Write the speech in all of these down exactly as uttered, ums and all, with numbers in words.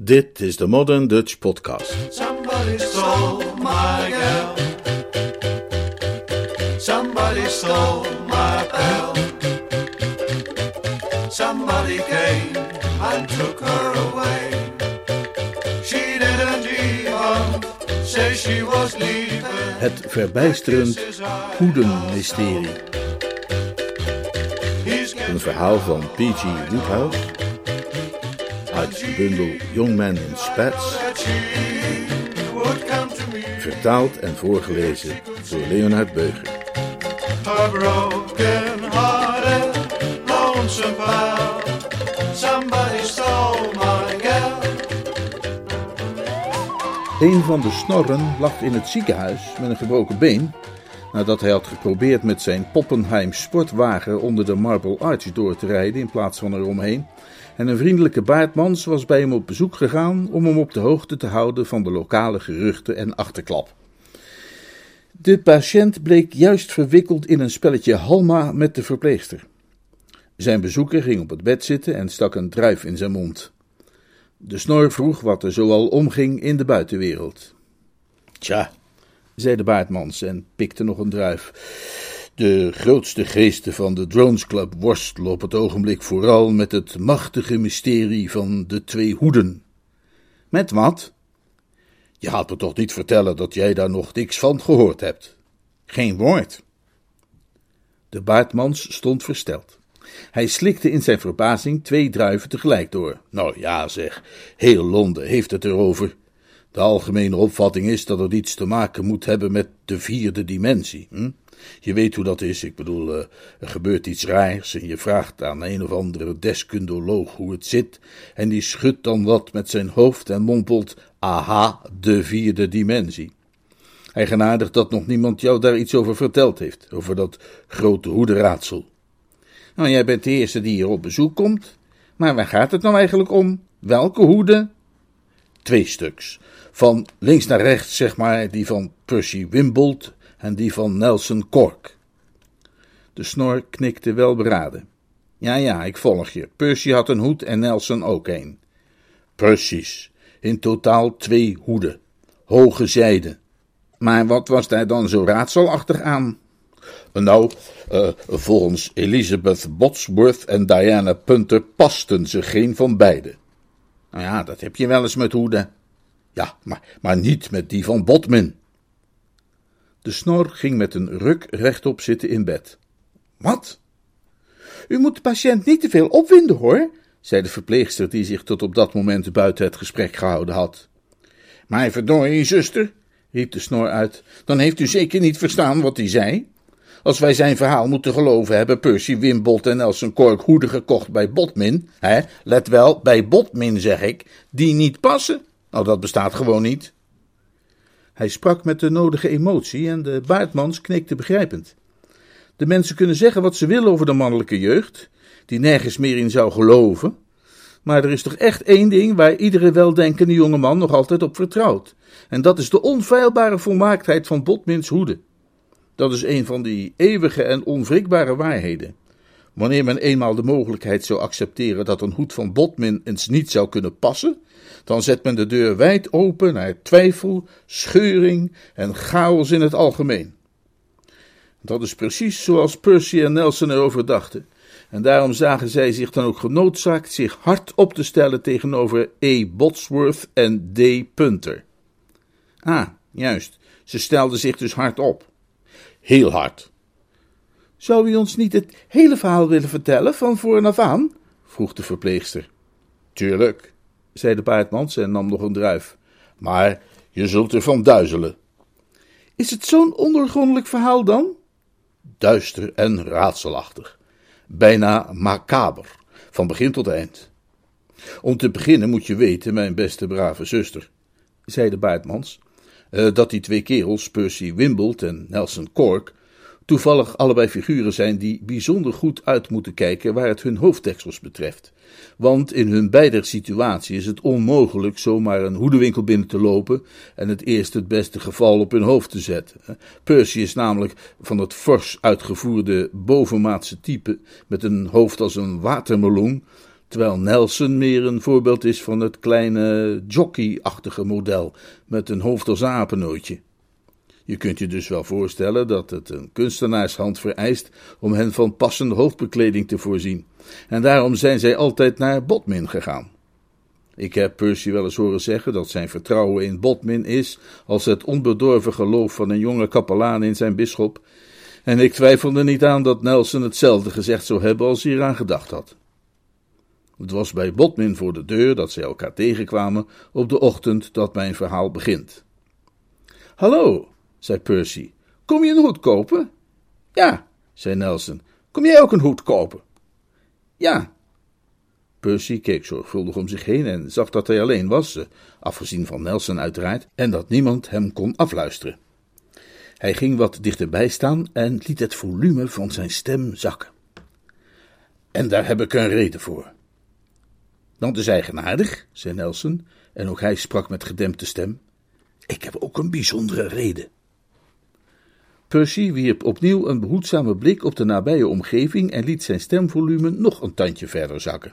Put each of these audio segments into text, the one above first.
Dit is de Modern Dutch Podcast. Somebody stole my girl. Somebody stole my belle. Somebody came and took her away. She didn't even say she was leaving. Het verbijsterend hoedenmysterie. Een verhaal van P G Wodehouse uit de bundel Young Men in Spats, vertaald en voorgelezen door Leonard Beuger. A broken-hearted, lonesome pal. Somebody stole my girl. Een van de snorren lag in het ziekenhuis met een gebroken been, nadat hij had geprobeerd met zijn Poppenheim sportwagen onder de Marble Arch door te rijden in plaats van eromheen. En een vriendelijke baardmans was bij hem op bezoek gegaan om hem op de hoogte te houden van de lokale geruchten en achterklap. De patiënt bleek juist verwikkeld in een spelletje Halma met de verpleegster. Zijn bezoeker ging op het bed zitten en stak een druif in zijn mond. De snor vroeg wat er zoal omging in de buitenwereld. Tja, zei de baardmans en pikte nog een druif. De grootste geesten van de Drones Club worstelen op het ogenblik vooral met het machtige mysterie van de twee hoeden. Met wat? Je gaat me toch niet vertellen dat jij daar nog niks van gehoord hebt? Geen woord. De baardmans stond versteld. Hij slikte in zijn verbazing twee druiven tegelijk door. Nou ja zeg, heel Londen heeft het erover. De algemene opvatting is dat het iets te maken moet hebben met de vierde dimensie. Hm? Je weet hoe dat is, ik bedoel, uh, er gebeurt iets raars en je vraagt aan een of andere deskundoloog hoe het zit en die schudt dan wat met zijn hoofd en mompelt, aha, de vierde dimensie. Eigenaardig dat nog niemand jou daar iets over verteld heeft, over dat grote hoedenraadsel. Nou, jij bent de eerste die hier op bezoek komt, maar waar gaat het nou eigenlijk om? Welke hoeden? Twee stuks. Van links naar rechts, zeg maar, die van Percy Wimbold en die van Nelson Cork. De snor knikte welberaden. Ja, ja, ik volg je. Percy had een hoed en Nelson ook een. Precies. In totaal twee hoeden. Hoge zijde. Maar wat was daar dan zo raadselachtig aan? Nou, uh, volgens Elizabeth Botsworth en Diana Punter pasten ze geen van beide. Nou ja, dat heb je wel eens met hoeden. Ja, maar, maar niet met die van Bodmin. De snor ging met een ruk rechtop zitten in bed. Wat? U moet de patiënt niet te veel opwinden, hoor, zei de verpleegster die zich tot op dat moment buiten het gesprek gehouden had. Maar verdorie, zuster, riep de snor uit, dan heeft u zeker niet verstaan wat hij zei. Als wij zijn verhaal moeten geloven, hebben Percy Wimbold en Nelson Cork hoeden gekocht bij Bodmin, hè, let wel, bij Bodmin zeg ik, die niet passen. Nou, dat bestaat gewoon niet. Hij sprak met de nodige emotie en de baardmans knikte begrijpend. De mensen kunnen zeggen wat ze willen over de mannelijke jeugd, die nergens meer in zou geloven, maar er is toch echt één ding waar iedere weldenkende jongeman nog altijd op vertrouwt, en dat is de onfeilbare volmaaktheid van Bodmins hoeden. Dat is een van die eeuwige en onwrikbare waarheden. Wanneer men eenmaal de mogelijkheid zou accepteren dat een hoed van Bodmin eens niet zou kunnen passen, dan zet men de deur wijd open naar twijfel, scheuring en chaos in het algemeen. Dat is precies zoals Percy en Nelson erover dachten, en daarom zagen zij zich dan ook genoodzaakt zich hard op te stellen tegenover E. Botsworth en D. Punter. Ah, juist, ze stelden zich dus hard op. Heel hard. Zou u ons niet het hele verhaal willen vertellen, van voren af aan? Vroeg de verpleegster. Tuurlijk, zei de baardmans en nam nog een druif. Maar je zult ervan duizelen. Is het zo'n ondoorgrondelijk verhaal dan? Duister en raadselachtig. Bijna macaber, van begin tot eind. Om te beginnen moet je weten, mijn beste brave zuster, zei de baardmans, uh, dat die twee kerels, Percy Wimbold en Nelson Cork, toevallig allebei figuren zijn die bijzonder goed uit moeten kijken waar het hun hoofddeksels betreft. Want in hun beider situatie is het onmogelijk zomaar een hoedenwinkel binnen te lopen en het eerst het beste geval op hun hoofd te zetten. Percy is namelijk van het fors uitgevoerde bovenmaatse type met een hoofd als een watermeloen, terwijl Nelson meer een voorbeeld is van het kleine jockey-achtige model met een hoofd als een apennootje. Je kunt je dus wel voorstellen dat het een kunstenaarshand vereist om hen van passende hoofdbekleding te voorzien, en daarom zijn zij altijd naar Bodmin gegaan. Ik heb Percy wel eens horen zeggen dat zijn vertrouwen in Bodmin is als het onbedorven geloof van een jonge kapelaan in zijn bisschop, en ik twijfelde niet aan dat Nelson hetzelfde gezegd zou hebben als hij eraan gedacht had. Het was bij Bodmin voor de deur dat zij elkaar tegenkwamen op de ochtend dat mijn verhaal begint. Hallo, zei Percy, kom je een hoed kopen? Ja, zei Nelson, kom jij ook een hoed kopen? Ja. Percy keek zorgvuldig om zich heen en zag dat hij alleen was, afgezien van Nelson uiteraard, en dat niemand hem kon afluisteren. Hij ging wat dichterbij staan en liet het volume van zijn stem zakken. En daar heb ik een reden voor. Dat is eigenaardig, zei Nelson, en ook hij sprak met gedempte stem. Ik heb ook een bijzondere reden. Percy wierp opnieuw een behoedzame blik op de nabije omgeving en liet zijn stemvolume nog een tandje verder zakken.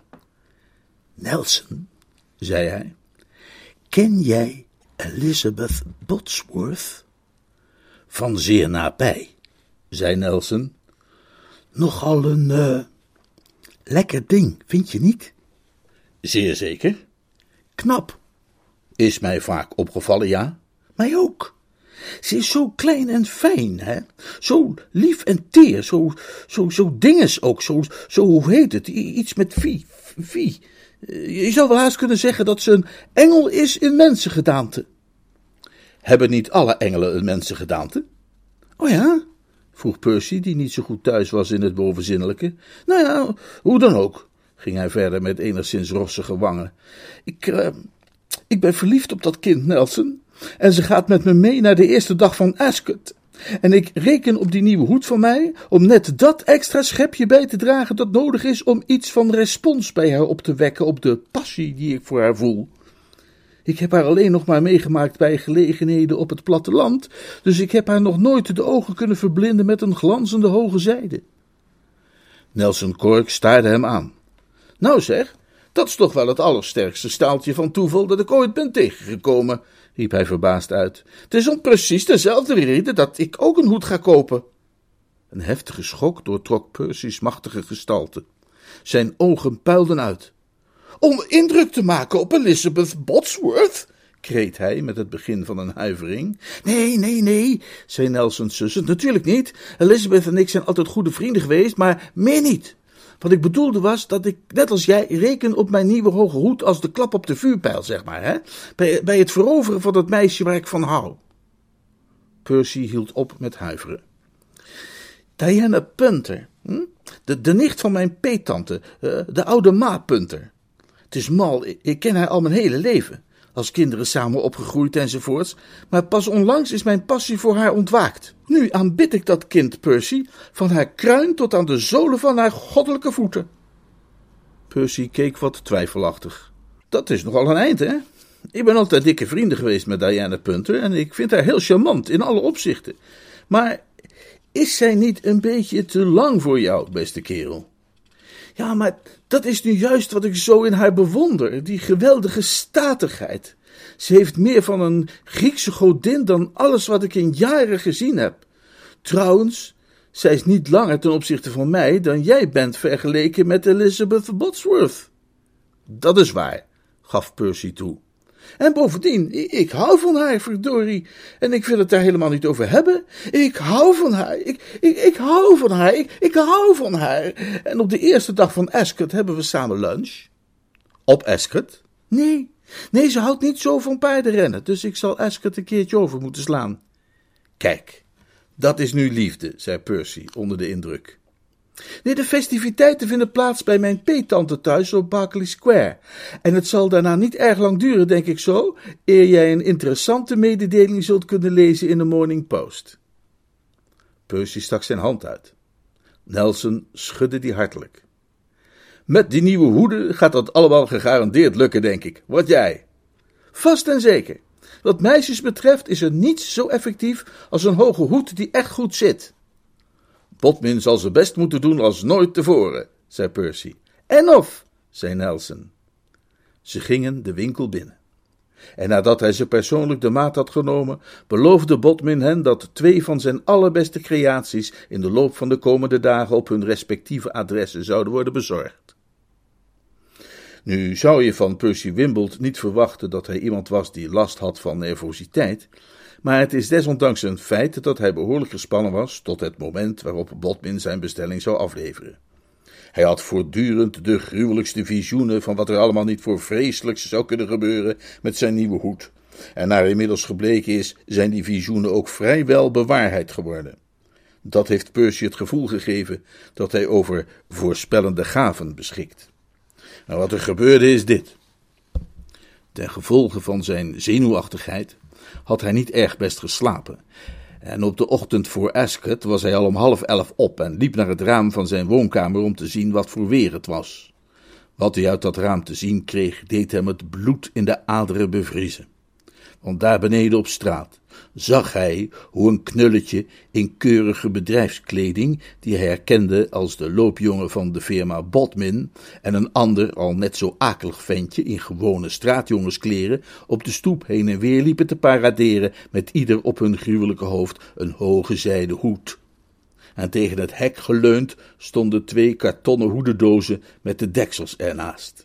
Nelson, zei hij, ken jij Elizabeth Botsworth? Van zeer nabij, zei Nelson. Nogal een uh, lekker ding, vind je niet? Zeer zeker. Knap. Is mij vaak opgevallen, ja. Mij ook. Ze is zo klein en fijn, hè. Zo lief en teer, zo, zo, zo dinges ook, zo, zo, hoe heet het, I- iets met vie, vie. Je zou wel haast kunnen zeggen dat ze een engel is in mensengedaante. Hebben niet alle engelen een mensengedaante? Oh ja, vroeg Percy, die niet zo goed thuis was in het bovenzinnelijke. Nou ja, hoe dan ook, ging hij verder met enigszins rossige wangen. Ik, uh, ik ben verliefd op dat kind, Nelson, en ze gaat met me mee naar de eerste dag van Ascot. En ik reken op die nieuwe hoed van mij, om net dat extra schepje bij te dragen dat nodig is om iets van respons bij haar op te wekken op de passie die ik voor haar voel. Ik heb haar alleen nog maar meegemaakt bij gelegenheden op het platteland, dus ik heb haar nog nooit de ogen kunnen verblinden met een glanzende hoge zijde. Nelson Cork staarde hem aan. Nou zeg, dat is toch wel het allersterkste staaltje van toeval dat ik ooit ben tegengekomen, riep hij verbaasd uit. Het is om precies dezelfde reden dat ik ook een hoed ga kopen. Een heftige schok doortrok Percy's machtige gestalte. Zijn ogen puilden uit. Om indruk te maken op Elizabeth Botsworth, kreet hij met het begin van een huivering. Nee, nee, nee, zei Nelson's zus, natuurlijk niet. Elizabeth en ik zijn altijd goede vrienden geweest, maar meer niet. Wat ik bedoelde was dat ik, net als jij, reken op mijn nieuwe hoge hoed als de klap op de vuurpijl, zeg maar, hè? Bij, bij het veroveren van dat meisje waar ik van hou. Percy hield op met huiveren. Diana Punter, hm? de, de nicht van mijn peettante, uh, de oude Ma Punter. Het is mal, ik, ik ken haar al mijn hele leven, als kinderen samen opgegroeid enzovoorts, maar pas onlangs is mijn passie voor haar ontwaakt. Nu aanbid ik dat kind, Percy, van haar kruin tot aan de zolen van haar goddelijke voeten. Percy keek wat twijfelachtig. Dat is nogal een eind, hè? Ik ben altijd dikke vrienden geweest met Diana Punter en ik vind haar heel charmant in alle opzichten. Maar is zij niet een beetje te lang voor jou, beste kerel? Ja, maar dat is nu juist wat ik zo in haar bewonder, die geweldige statigheid. Ze heeft meer van een Griekse godin dan alles wat ik in jaren gezien heb. Trouwens, zij is niet langer ten opzichte van mij dan jij bent vergeleken met Elizabeth Botsworth. Dat is waar, gaf Percy toe. En bovendien, ik hou van haar, verdorie, en ik wil het daar helemaal niet over hebben. Ik hou van haar, ik, ik, ik hou van haar, ik, ik hou van haar. En op de eerste dag van Ascot hebben we samen lunch. Op Ascot? Nee, nee, ze houdt niet zo van paardenrennen, dus ik zal Ascot een keertje over moeten slaan. Kijk, dat is nu liefde, zei Percy, onder de indruk. Nee, de festiviteiten vinden plaats bij mijn peettante thuis op Berkeley Square. En het zal daarna niet erg lang duren, denk ik zo, eer jij een interessante mededeling zult kunnen lezen in de Morning Post. Percy stak zijn hand uit. Nelson schudde die hartelijk. Met die nieuwe hoeden gaat dat allemaal gegarandeerd lukken, denk ik. Wat jij? Vast en zeker. Wat meisjes betreft is er niets zo effectief als een hoge hoed die echt goed zit. Bodmin zal zijn best moeten doen als nooit tevoren, zei Percy. En of, zei Nelson. Ze gingen de winkel binnen. En nadat hij ze persoonlijk de maat had genomen, beloofde Bodmin hen dat twee van zijn allerbeste creaties in de loop van de komende dagen op hun respectieve adressen zouden worden bezorgd. Nu zou je van Percy Wimbold niet verwachten dat hij iemand was die last had van nervositeit, maar het is desondanks een feit dat hij behoorlijk gespannen was tot het moment waarop Bodmin zijn bestelling zou afleveren. Hij had voortdurend de gruwelijkste visioenen van wat er allemaal niet voor vreselijks zou kunnen gebeuren met zijn nieuwe hoed. En naar inmiddels gebleken is, zijn die visioenen ook vrijwel bewaarheid geworden. Dat heeft Percy het gevoel gegeven dat hij over voorspellende gaven beschikt. Nou, wat er gebeurde is dit. Ten gevolge van zijn zenuwachtigheid had hij niet erg best geslapen. En op de ochtend voor Ascot was hij al om half elf op en liep naar het raam van zijn woonkamer om te zien wat voor weer het was. Wat hij uit dat raam te zien kreeg, deed hem het bloed in de aderen bevriezen. Want daar beneden op straat zag hij hoe een knulletje in keurige bedrijfskleding, die hij herkende als de loopjongen van de firma Bodmin, en een ander, al net zo akelig ventje in gewone straatjongenskleren, op de stoep heen en weer liepen te paraderen, met ieder op hun gruwelijke hoofd een hoge zijden hoed. En tegen het hek geleund stonden twee kartonnen hoedendozen met de deksels ernaast.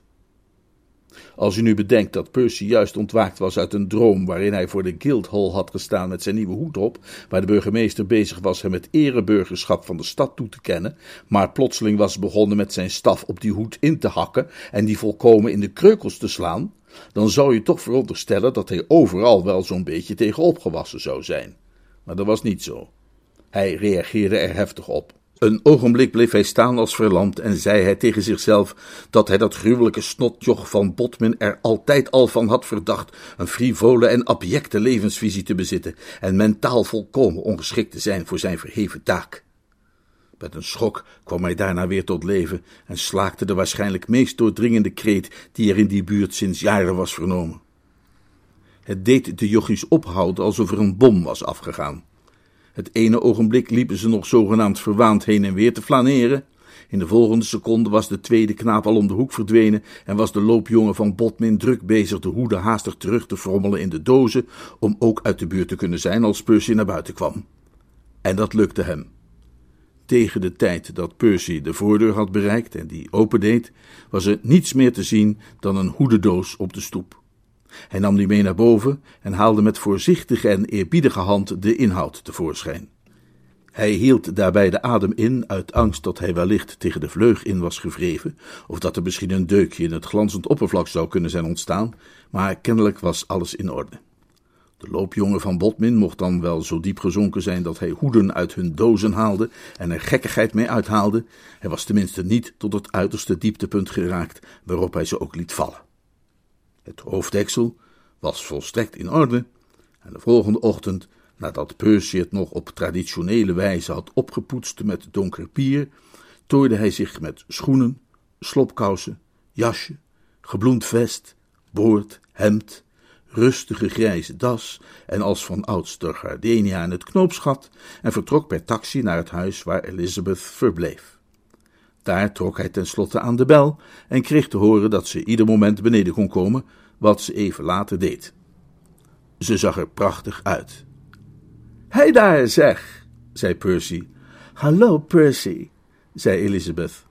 Als u nu bedenkt dat Percy juist ontwaakt was uit een droom waarin hij voor de Guildhall had gestaan met zijn nieuwe hoed op, waar de burgemeester bezig was hem het ereburgerschap van de stad toe te kennen, maar plotseling was begonnen met zijn staf op die hoed in te hakken en die volkomen in de kreukels te slaan, dan zou je toch veronderstellen dat hij overal wel zo'n beetje tegen opgewassen zou zijn. Maar dat was niet zo. Hij reageerde er heftig op. Een ogenblik bleef hij staan als verlamd en zei hij tegen zichzelf dat hij dat gruwelijke snotjoch van Bodmin er altijd al van had verdacht een frivole en abjecte levensvisie te bezitten en mentaal volkomen ongeschikt te zijn voor zijn verheven taak. Met een schok kwam hij daarna weer tot leven en slaakte de waarschijnlijk meest doordringende kreet die er in die buurt sinds jaren was vernomen. Het deed de jochies ophouden alsof er een bom was afgegaan. Het ene ogenblik liepen ze nog zogenaamd verwaand heen en weer te flaneren. In de volgende seconde was de tweede knaap al om de hoek verdwenen en was de loopjongen van Bodmin druk bezig de hoeden haastig terug te frommelen in de dozen, om ook uit de buurt te kunnen zijn als Percy naar buiten kwam. En dat lukte hem. Tegen de tijd dat Percy de voordeur had bereikt en die opendeed, was er niets meer te zien dan een hoedendoos op de stoep. Hij nam die mee naar boven en haalde met voorzichtige en eerbiedige hand de inhoud tevoorschijn. Hij hield daarbij de adem in uit angst dat hij wellicht tegen de vleug in was gewreven, of dat er misschien een deukje in het glanzend oppervlak zou kunnen zijn ontstaan, maar kennelijk was alles in orde. De loopjongen van Bodmin mocht dan wel zo diep gezonken zijn dat hij hoeden uit hun dozen haalde en er gekkigheid mee uithaalde. Hij was tenminste niet tot het uiterste dieptepunt geraakt, waarop hij ze ook liet vallen. Het hoofddeksel was volstrekt in orde en de volgende ochtend, nadat Percy het nog op traditionele wijze had opgepoetst met donker bier, tooide hij zich met schoenen, slopkousen, jasje, gebloemd vest, boord, hemd, rustige grijze das en als van ouds de gardenia in het knoopsgat en vertrok per taxi naar het huis waar Elizabeth verbleef. Daar trok hij tenslotte aan de bel en kreeg te horen dat ze ieder moment beneden kon komen, wat ze even later deed. Ze zag er prachtig uit. Hé daar, zeg, zei Percy. Hallo, Percy, zei Elizabeth.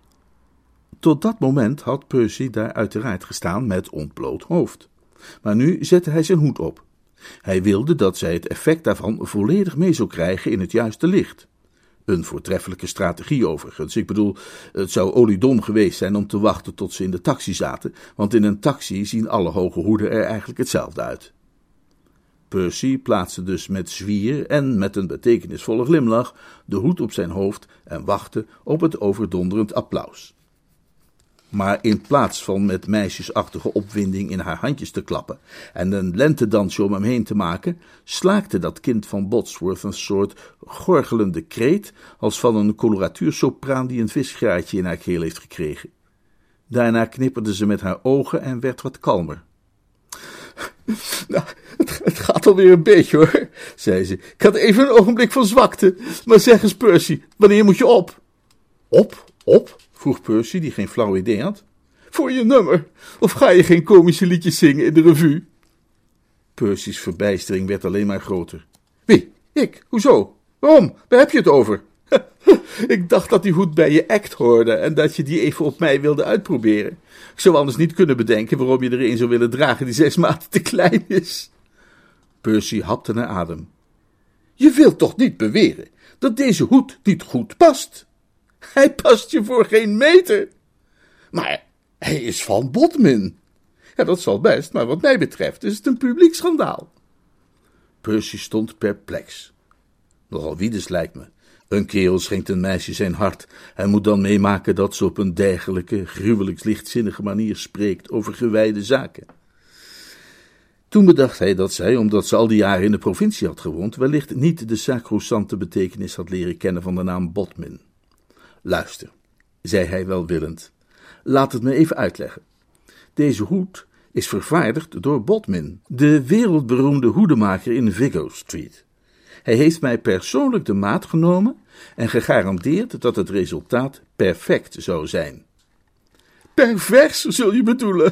Tot dat moment had Percy daar uiteraard gestaan met ontbloot hoofd. Maar nu zette hij zijn hoed op. Hij wilde dat zij het effect daarvan volledig mee zou krijgen in het juiste licht. Een voortreffelijke strategie overigens. Ik bedoel, het zou oliedom geweest zijn om te wachten tot ze in de taxi zaten, want in een taxi zien alle hoge hoeden er eigenlijk hetzelfde uit. Percy plaatste dus met zwier en met een betekenisvolle glimlach de hoed op zijn hoofd en wachtte op het overdonderend applaus. Maar in plaats van met meisjesachtige opwinding in haar handjes te klappen en een lentedansje om hem heen te maken, slaakte dat kind van Botsworth een soort gorgelende kreet als van een coloratuursopraan die een visgraatje in haar keel heeft gekregen. Daarna knipperde ze met haar ogen en werd wat kalmer. Nou, het, het gaat alweer een beetje hoor, zei ze. Ik had even een ogenblik van zwakte, maar zeg eens Percy, wanneer moet je op? Op? Op? Vroeg Percy, die geen flauw idee had. voor je nummer? Of ga je geen komische liedjes zingen in de revue? Percy's verbijstering werd alleen maar groter. Wie? Ik? Hoezo? Waarom? Waar heb je het over? Ik dacht dat die hoed bij je act hoorde en dat je die even op mij wilde uitproberen. Ik zou anders niet kunnen bedenken waarom je er een zou willen dragen die zes maten te klein is. Percy hapte naar adem. Je wilt toch niet beweren dat deze hoed niet goed past? Hij past je voor geen meter. Maar hij is van Bodmin. Ja, dat zal best, maar wat mij betreft is het een publiek schandaal. Percy stond perplex. Nogal wiedes lijkt me. Een kerel schenkt een meisje zijn hart. Hij moet dan meemaken dat ze op een dergelijke, gruwelijk lichtzinnige manier spreekt over gewijde zaken. Toen bedacht hij dat zij, omdat ze al die jaren in de provincie had gewoond, wellicht niet de sacrosante betekenis had leren kennen van de naam Bodmin. Luister, zei hij welwillend, laat het me even uitleggen. Deze hoed is vervaardigd door Bodmin, de wereldberoemde hoedemaker in Vigo Street. Hij heeft mij persoonlijk de maat genomen en gegarandeerd dat het resultaat perfect zou zijn. Pervers, zul je bedoelen?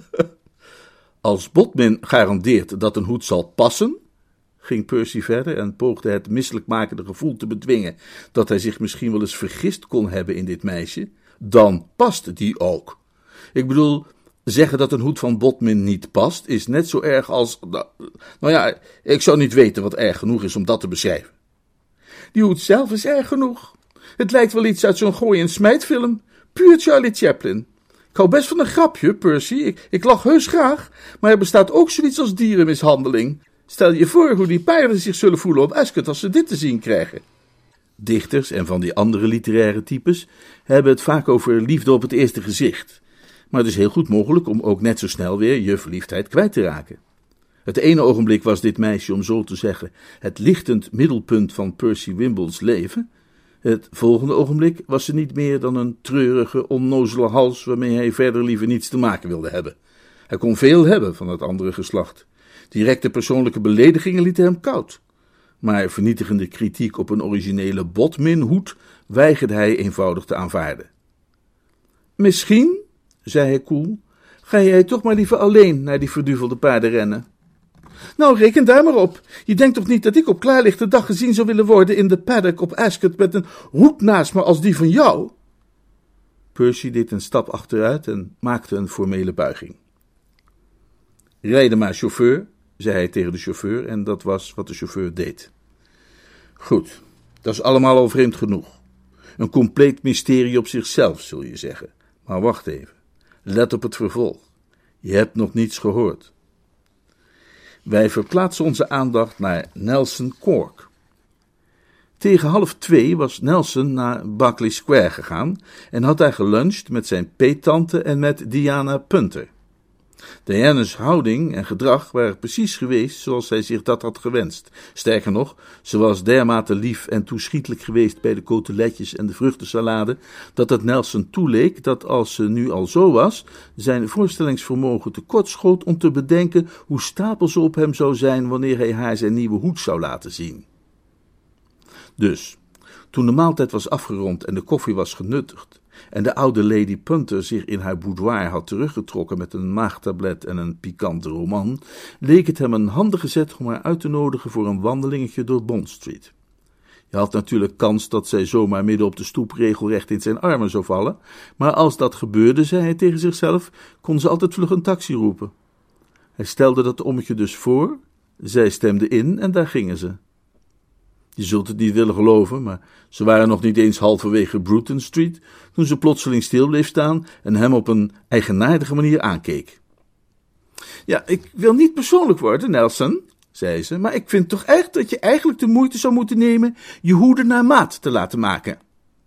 Als Bodmin garandeert dat een hoed zal passen, ging Percy verder en poogde het misselijkmakende gevoel te bedwingen dat hij zich misschien wel eens vergist kon hebben in dit meisje, dan past die ook. Ik bedoel, zeggen dat een hoed van Bodmin niet past, is net zo erg als... Nou ja, ik zou niet weten wat erg genoeg is om dat te beschrijven. Die hoed zelf is erg genoeg. Het lijkt wel iets uit zo'n gooi- en smijtfilm. Puur Charlie Chaplin. Ik hou best van een grapje, Percy. Ik, ik lach heus graag. Maar er bestaat ook zoiets als dierenmishandeling. Stel je voor hoe die paarden zich zullen voelen op Ascot als ze dit te zien krijgen. Dichters en van die andere literaire types hebben het vaak over liefde op het eerste gezicht. Maar het is heel goed mogelijk om ook net zo snel weer je verliefdheid kwijt te raken. Het ene ogenblik was dit meisje, om zo te zeggen, het lichtend middelpunt van Percy Wimble's leven. Het volgende ogenblik was ze niet meer dan een treurige, onnozele hals waarmee hij verder liever niets te maken wilde hebben. Hij kon veel hebben van het andere geslacht. Directe persoonlijke beledigingen lieten hem koud. Maar vernietigende kritiek op een originele Bodmin-hoed weigerde hij eenvoudig te aanvaarden. Misschien, zei hij koel, ga jij toch maar liever alleen naar die verduvelde paarden rennen. Nou, reken daar maar op. Je denkt toch niet dat ik op klaarlichte dag gezien zou willen worden in de paddock op Ascot met een hoed naast me als die van jou? Percy deed een stap achteruit en maakte een formele buiging. Rijden maar, chauffeur, zei hij tegen de chauffeur, en dat was wat de chauffeur deed. Goed, dat is allemaal al vreemd genoeg. Een compleet mysterie op zichzelf, zul je zeggen. Maar wacht even, let op het vervolg. Je hebt nog niets gehoord. Wij verplaatsen onze aandacht naar Nelson Cork. Tegen half twee was Nelson naar Berkeley Square gegaan en had daar geluncht met zijn peettante en met Diana Punter. Diana's houding en gedrag waren precies geweest zoals zij zich dat had gewenst. Sterker nog, ze was dermate lief en toeschietelijk geweest bij de coteletjes en de vruchtensalade, dat het Nelson toeleek dat als ze nu al zo was, zijn voorstellingsvermogen tekort schoot om te bedenken hoe stapel ze op hem zou zijn wanneer hij haar zijn nieuwe hoed zou laten zien. Dus, toen de maaltijd was afgerond en de koffie was genuttigd, en de oude Lady Punter zich in haar boudoir had teruggetrokken met een maagtablet en een pikante roman, leek het hem een handige zet om haar uit te nodigen voor een wandelingetje door Bond Street. Je had natuurlijk kans dat zij zomaar midden op de stoep regelrecht in zijn armen zou vallen, maar als dat gebeurde, zei hij tegen zichzelf, kon ze altijd vlug een taxi roepen. Hij stelde dat ommetje dus voor, zij stemde in en daar gingen ze. Je zult het niet willen geloven, maar ze waren nog niet eens halverwege Bruton Street, toen ze plotseling stil bleef staan en hem op een eigenaardige manier aankeek. Ja, ik wil niet persoonlijk worden, Nelson, zei ze, maar ik vind toch echt dat je eigenlijk de moeite zou moeten nemen je hoeden naar maat te laten maken.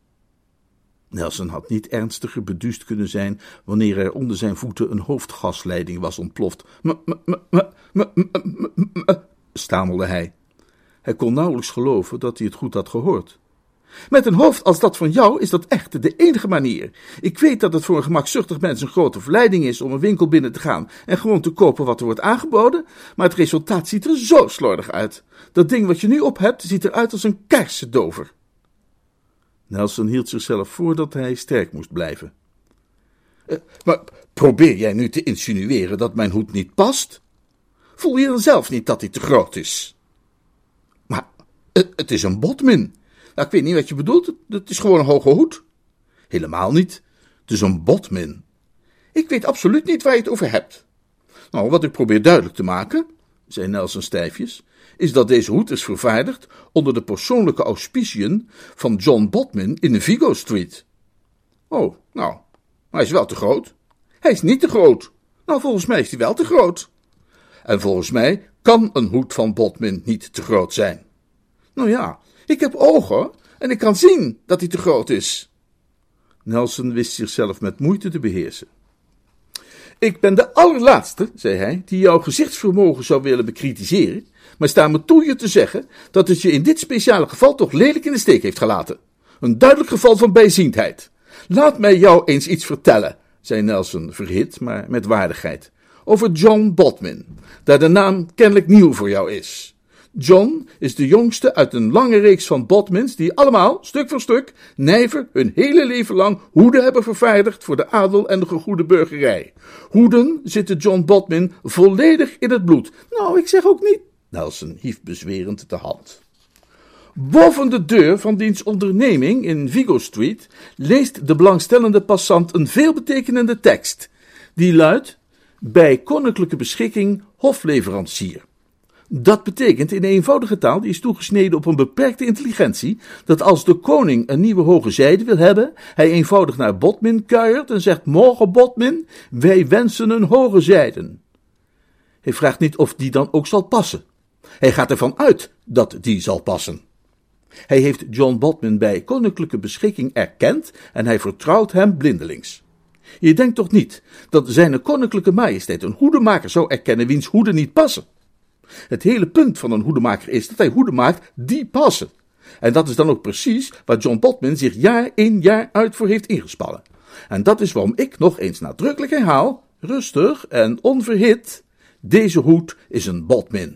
Nelson had niet ernstiger beduust kunnen zijn wanneer er onder zijn voeten een hoofdgasleiding was ontploft. M, m, m, m, m, m, m, stamelde hij. Hij kon nauwelijks geloven dat hij het goed had gehoord. Met een hoofd als dat van jou is dat echt de enige manier. Ik weet dat het voor een gemakzuchtig mens een grote verleiding is om een winkel binnen te gaan en gewoon te kopen wat er wordt aangeboden, maar het resultaat ziet er zo slordig uit. Dat ding wat je nu op hebt ziet eruit als een kaarsendover. Nelson hield zichzelf voor dat hij sterk moest blijven. Uh, maar probeer jij nu te insinueren dat mijn hoed niet past? Voel je dan zelf niet dat hij te groot is? Maar het, het is een Bodmin. Nou, ik weet niet wat je bedoelt. Het is gewoon een hoge hoed. Helemaal niet. Het is een Bodmin. Ik weet absoluut niet waar je het over hebt. Nou, wat ik probeer duidelijk te maken, zei Nelson stijfjes, is dat deze hoed is vervaardigd onder de persoonlijke auspiciën van John Bodmin in de Vigo Street. Oh, nou, maar hij is wel te groot. Hij is niet te groot. Nou, volgens mij is hij wel te groot. En volgens mij kan een hoed van Bodmin niet te groot zijn. Nou ja, ik heb ogen en ik kan zien dat hij te groot is. Nelson wist zichzelf met moeite te beheersen. Ik ben de allerlaatste, zei hij, die jouw gezichtsvermogen zou willen bekritiseren, maar sta me toe je te zeggen dat het je in dit speciale geval toch lelijk in de steek heeft gelaten. Een duidelijk geval van bijziendheid. Laat mij jou eens iets vertellen, zei Nelson verhit, maar met waardigheid, over John Bodmin, daar de naam kennelijk nieuw voor jou is. John is de jongste uit een lange reeks van Bodmins die allemaal, stuk voor stuk, nijver hun hele leven lang hoeden hebben vervaardigd voor de adel en de gegoede burgerij. Hoeden zitten John Bodmin volledig in het bloed. Nou, ik zeg ook niet. Nelson hief bezwerend de hand. Boven de deur van diens onderneming in Vigo Street leest de belangstellende passant een veelbetekenende tekst, die luidt: bij koninklijke beschikking hofleverancier. Dat betekent in eenvoudige taal, die is toegesneden op een beperkte intelligentie, dat als de koning een nieuwe hoge zijde wil hebben, hij eenvoudig naar Bodmin kuiert en zegt: morgen Bodmin, wij wensen een hoge zijden. Hij vraagt niet of die dan ook zal passen. Hij gaat ervan uit dat die zal passen. Hij heeft John Bodmin bij koninklijke beschikking erkend en hij vertrouwt hem blindelings. Je denkt toch niet dat zijne koninklijke majesteit een hoedemaker zou erkennen wiens hoeden niet passen? Het hele punt van een hoedemaker is dat hij hoeden maakt die passen. En dat is dan ook precies waar John Bodmin zich jaar in jaar uit voor heeft ingespannen. En dat is waarom ik nog eens nadrukkelijk herhaal, rustig en onverhit, deze hoed is een Bodmin.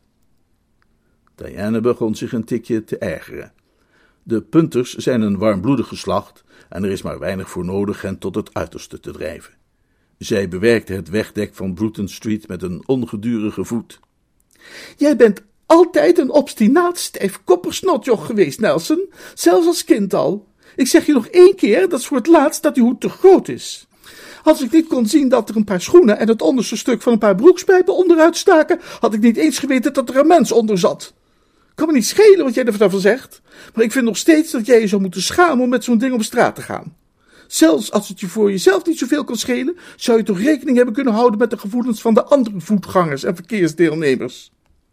Diana begon zich een tikje te ergeren. De Punters zijn een warmbloedig geslacht en er is maar weinig voor nodig hen tot het uiterste te drijven. Zij bewerkte het wegdek van Bruton Street met een ongedurige voet. Jij bent altijd een obstinaat stijf koppersnotjoch geweest, Nelson, zelfs als kind al. Ik zeg je nog één keer, dat is voor het laatst, dat die hoed te groot is. Als ik niet kon zien dat er een paar schoenen en het onderste stuk van een paar broekspijpen onderuit staken, had ik niet eens geweten dat er een mens onder zat. Kan me niet schelen wat jij ervan zegt, maar ik vind nog steeds dat jij je zou moeten schamen om met zo'n ding op straat te gaan. Zelfs als het je voor jezelf niet zoveel kan schelen, zou je toch rekening hebben kunnen houden met de gevoelens van de andere voetgangers en verkeersdeelnemers.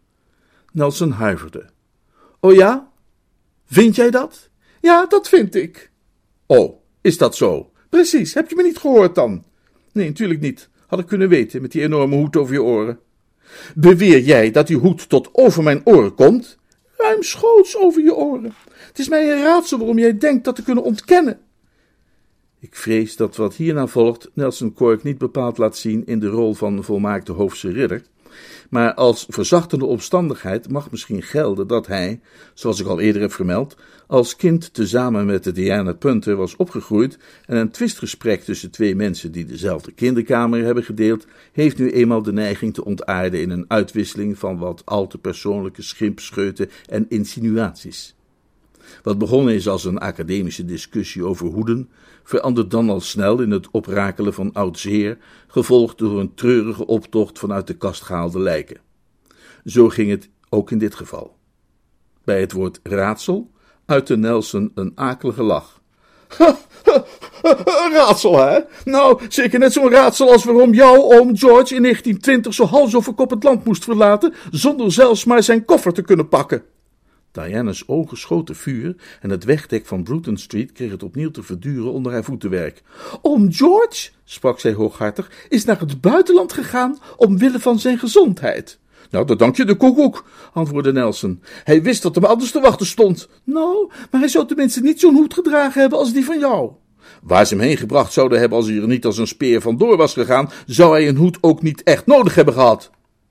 Nelson huiverde. Oh ja? Vind jij dat? Ja, dat vind ik. Oh, is dat zo? Precies, heb je me niet gehoord dan? Nee, natuurlijk niet. Had ik kunnen weten met die enorme hoed over je oren. Beweer jij dat die hoed tot over mijn oren komt? Ruimschoots over je oren. Het is mij een raadsel waarom jij denkt dat te kunnen ontkennen. Ik vrees dat wat hierna volgt Nelson Cork niet bepaald laat zien in de rol van volmaakte hoofdse ridder, maar als verzachtende omstandigheid mag misschien gelden dat hij, zoals ik al eerder heb vermeld, als kind tezamen met de Diana Punter was opgegroeid en een twistgesprek tussen twee mensen die dezelfde kinderkamer hebben gedeeld, heeft nu eenmaal de neiging te ontaarden in een uitwisseling van wat al te persoonlijke schimpscheuten en insinuaties. Wat begonnen is als een academische discussie over hoeden, verandert dan al snel in het oprakelen van oud zeer, gevolgd door een treurige optocht vanuit de kast gehaalde lijken. Zo ging het ook in dit geval. Bij het woord raadsel uitte Nelson een akelige lach. Ha, ha, ha, een raadsel, hè? Nou, zeker net zo'n raadsel als waarom jouw oom George in negentien twintig zo hals over kop het land moest verlaten, zonder zelfs maar zijn koffer te kunnen pakken. Diana's ogen schoten vuur en het wegdek van Bruton Street kreeg het opnieuw te verduren onder haar voetenwerk. Oom George, sprak zij hooghartig, is naar het buitenland gegaan omwille van zijn gezondheid. Nou, dat dank je de koekoek, antwoordde Nelson. Hij wist dat hem anders te wachten stond. Nou, maar hij zou tenminste niet zo'n hoed gedragen hebben als die van jou. Waar ze hem heen gebracht zouden hebben als hij er niet als een speer vandoor was gegaan, zou hij een hoed ook niet echt nodig hebben gehad.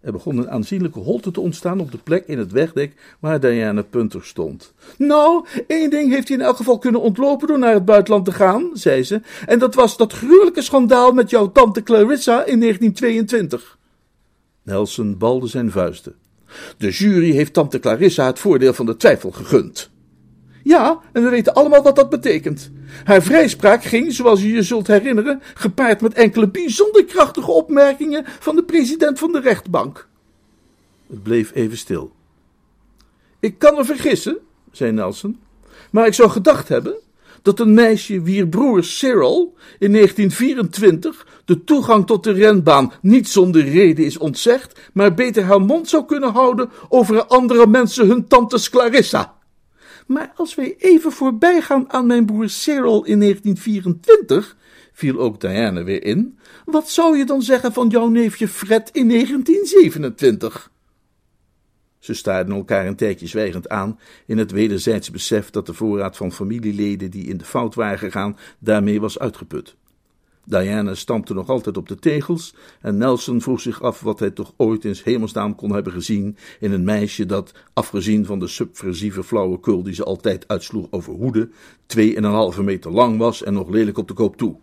Er begon een aanzienlijke holte te ontstaan op de plek in het wegdek waar Diana Punter stond. Nou, één ding heeft hij in elk geval kunnen ontlopen door naar het buitenland te gaan, zei ze, en dat was dat gruwelijke schandaal met jouw tante Clarissa in negentien tweeëntwintig. Nelson balde zijn vuisten. De jury heeft tante Clarissa het voordeel van de twijfel gegund. Ja, en we weten allemaal wat dat betekent. Haar vrijspraak ging, zoals je je zult herinneren, gepaard met enkele bijzonder krachtige opmerkingen van de president van de rechtbank. Het bleef even stil. Ik kan me vergissen, zei Nelson, maar ik zou gedacht hebben dat een meisje wier broer Cyril in negentien vierentwintig de toegang tot de renbaan niet zonder reden is ontzegd, maar beter haar mond zou kunnen houden over andere mensen hun tantes Clarissa. Maar als wij even voorbij gaan aan mijn broer Cyril in negentien vierentwintig, viel ook Diana weer in, wat zou je dan zeggen van jouw neefje Fred in negentien zevenentwintig? Ze staarden elkaar een tijdje zwijgend aan in het wederzijds besef dat de voorraad van familieleden die in de fout waren gegaan daarmee was uitgeput. Diana stampte nog altijd op de tegels en Nelson vroeg zich af wat hij toch ooit in 's hemelsnaam kon hebben gezien in een meisje dat, afgezien van de subversieve flauwekul die ze altijd uitsloeg over hoede, twee en een halve meter lang was en nog lelijk op de koop toe.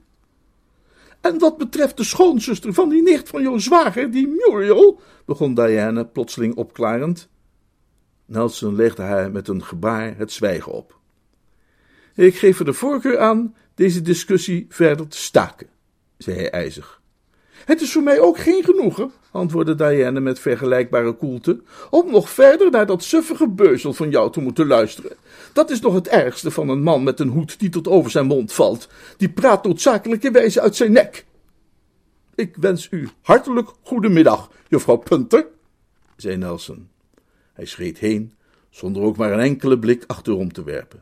En wat betreft de schoonzuster van die nicht van jouw zwager, die Muriel, begon Diana plotseling opklarend. Nelson legde haar met een gebaar het zwijgen op. Ik geef er de voorkeur aan deze discussie verder te staken, zei hij ijzig. Het is voor mij ook geen genoegen, antwoordde Diana met vergelijkbare koelte, om nog verder naar dat suffige beuzel van jou te moeten luisteren. Dat is nog het ergste van een man met een hoed die tot over zijn mond valt. Die praat noodzakelijkerwijze uit zijn nek. Ik wens u hartelijk goedemiddag, juffrouw Punter, zei Nelson. Hij schreed heen, zonder ook maar een enkele blik achterom te werpen.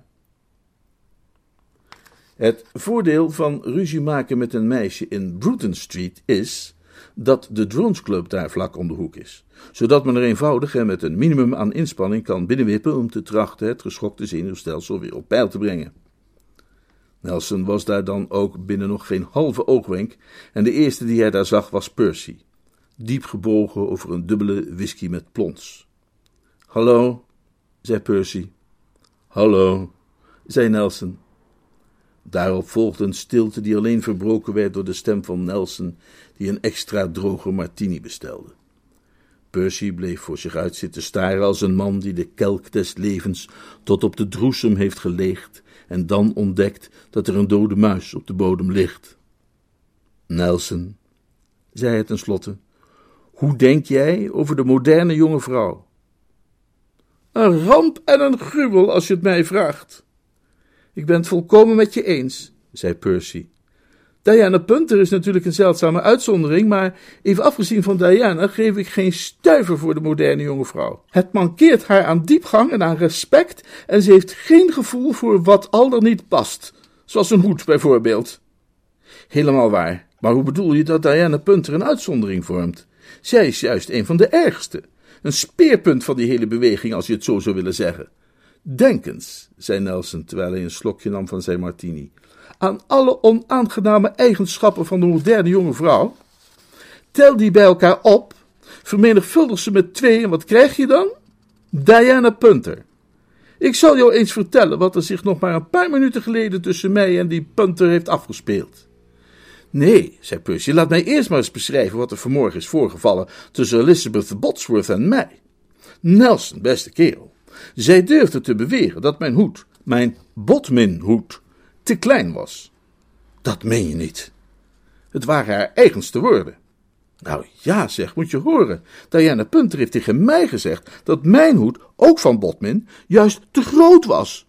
Het voordeel van ruzie maken met een meisje in Bruton Street is dat de Drones Club daar vlak om de hoek is, zodat men er eenvoudig en met een minimum aan inspanning kan binnenwippen om te trachten het geschokte zenuwstelsel weer op peil te brengen. Nelson was daar dan ook binnen nog geen halve oogwenk en de eerste die hij daar zag was Percy, diep gebogen over een dubbele whisky met plons. Hallo, zei Percy. Hallo, zei Nelson. Daarop volgde een stilte die alleen verbroken werd door de stem van Nelson, die een extra droge martini bestelde. Percy bleef voor zich uit zitten staren als een man die de kelk des levens tot op de droesem heeft geleegd en dan ontdekt dat er een dode muis op de bodem ligt. Nelson, zei hij tenslotte, hoe denk jij over de moderne jonge vrouw? Een ramp en een gruwel als je het mij vraagt. Ik ben het volkomen met je eens, zei Percy. Diana Punter is natuurlijk een zeldzame uitzondering, maar even afgezien van Diana geef ik geen stuiver voor de moderne jonge vrouw. Het mankeert haar aan diepgang en aan respect en ze heeft geen gevoel voor wat al dan niet past, zoals een hoed bijvoorbeeld. Helemaal waar, maar hoe bedoel je dat Diana Punter een uitzondering vormt? Zij is juist een van de ergste, een speerpunt van die hele beweging als je het zo zou willen zeggen. Denk eens, zei Nelson terwijl hij een slokje nam van zijn martini, aan alle onaangename eigenschappen van de moderne jonge vrouw. Tel die bij elkaar op, vermenigvuldig ze met twee en wat krijg je dan? Diana Punter. Ik zal jou eens vertellen wat er zich nog maar een paar minuten geleden tussen mij en die Punter heeft afgespeeld. Nee, zei Percy, laat mij eerst maar eens beschrijven wat er vanmorgen is voorgevallen tussen Elizabeth Botsworth en mij. Nelson, beste kerel. Zij durfde te beweren dat mijn hoed, mijn Bodmin-hoed, te klein was. Dat meen je niet. Het waren haar eigenste woorden. Nou ja, zeg, moet je horen. Diana Punter heeft tegen mij gezegd dat mijn hoed, ook van Bodmin, juist te groot was.